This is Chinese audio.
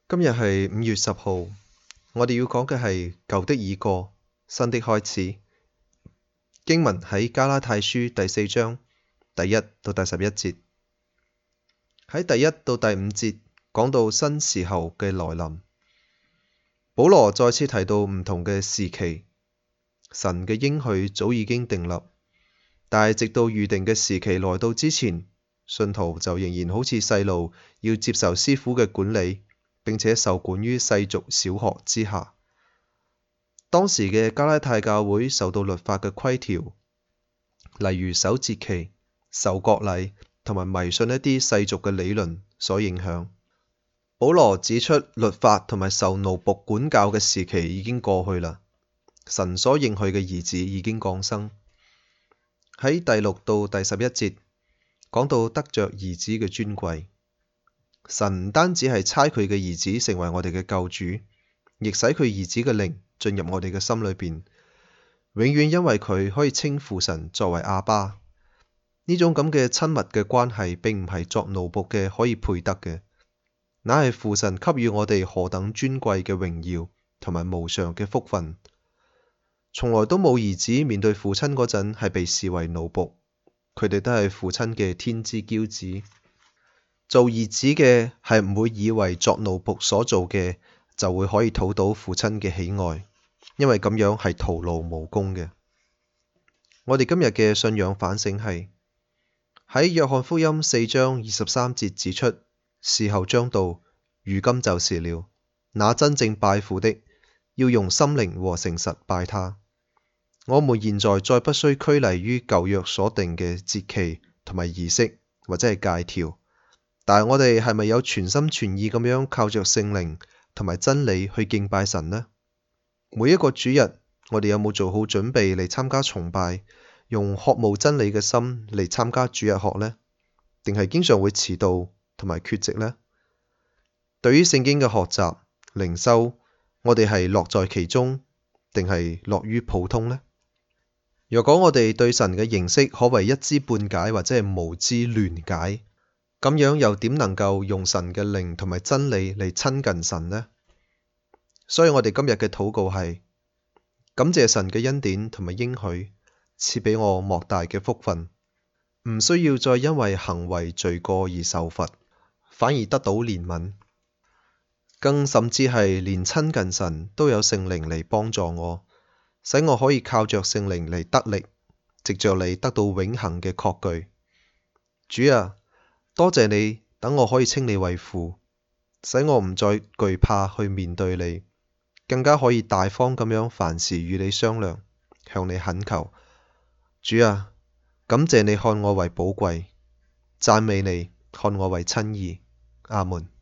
今日係5月10號，我哋要講嘅係舊的已過，新的開始。經文喺加拉太書第4章第1到第11節。喺第1到第5節講到新時候嘅來臨。保羅再次提到唔同嘅時期，神嘅應許早已經定立，但係直到預定嘅時期來到之前，信徒就仍然好似細路，要接受師傅嘅管理，並且受管於世俗小學之下。當時嘅加拉太教會受到律法嘅規條，例如守節期、受割禮同埋迷信一啲世俗嘅理論所影響。保羅指出，律法同埋受奴僕管教嘅時期已經過去啦，神所應許嘅兒子已經降生。喺第6到第11節講到得着兒子嘅尊貴。神唔單止係差佢嘅兒子成為我哋嘅救主，亦使佢兒子嘅靈進入我哋嘅心裏邊，永遠因為佢可以稱父神作為阿爸。呢種咁嘅親密嘅關係，並唔係作奴僕嘅可以配得嘅，乃係父神給予我哋何等尊貴嘅榮耀同埋無上嘅福分。從來都冇兒子面對父親嗰陣係被視為奴僕，佢哋都係父親嘅天之驕子。做兒子嘅係唔會以為作奴僕所做嘅就會可以討到父親嘅喜愛，因為咁樣係徒勞無功嘅。我哋今日嘅信仰反省係喺約翰福音4章23節指出，時候將到，如今就是了。那真正拜父的，要用心靈和誠實拜他。我們現在再不需拘泥於舊約所定嘅節期同埋儀式或者係戒條。但係我哋係咪有全心全意咁樣靠着聖靈同埋真理去敬拜神呢？每一個主日，我哋有冇做好準備嚟參加崇拜，用渴慕真理嘅心嚟參加主日學呢？定係經常會遲到同埋缺席呢？對於聖經嘅學習、靈修，我哋係樂在其中，定係樂於普通呢？若果我哋對神嘅認識可謂一知半解或者係無知亂解，咁樣又點能夠用神嘅靈同埋真理嚟親近神呢？所以我哋今日嘅禱告係感謝神嘅恩典同埋應許，賜俾我莫大嘅福分，唔需要再因為行為罪過而受罰，反而得到憐憫，更甚至係連親近神都有聖靈嚟幫助我，使我可以靠着聖靈嚟得力，藉着你得到永恆嘅確據。主啊，多謝你，等我可以稱你為父，使我唔再懼怕去面對你，更加可以大方咁樣凡事與你商量，向你懇求。主啊，感謝你看我為寶貴，讚美你看我為親義。阿門。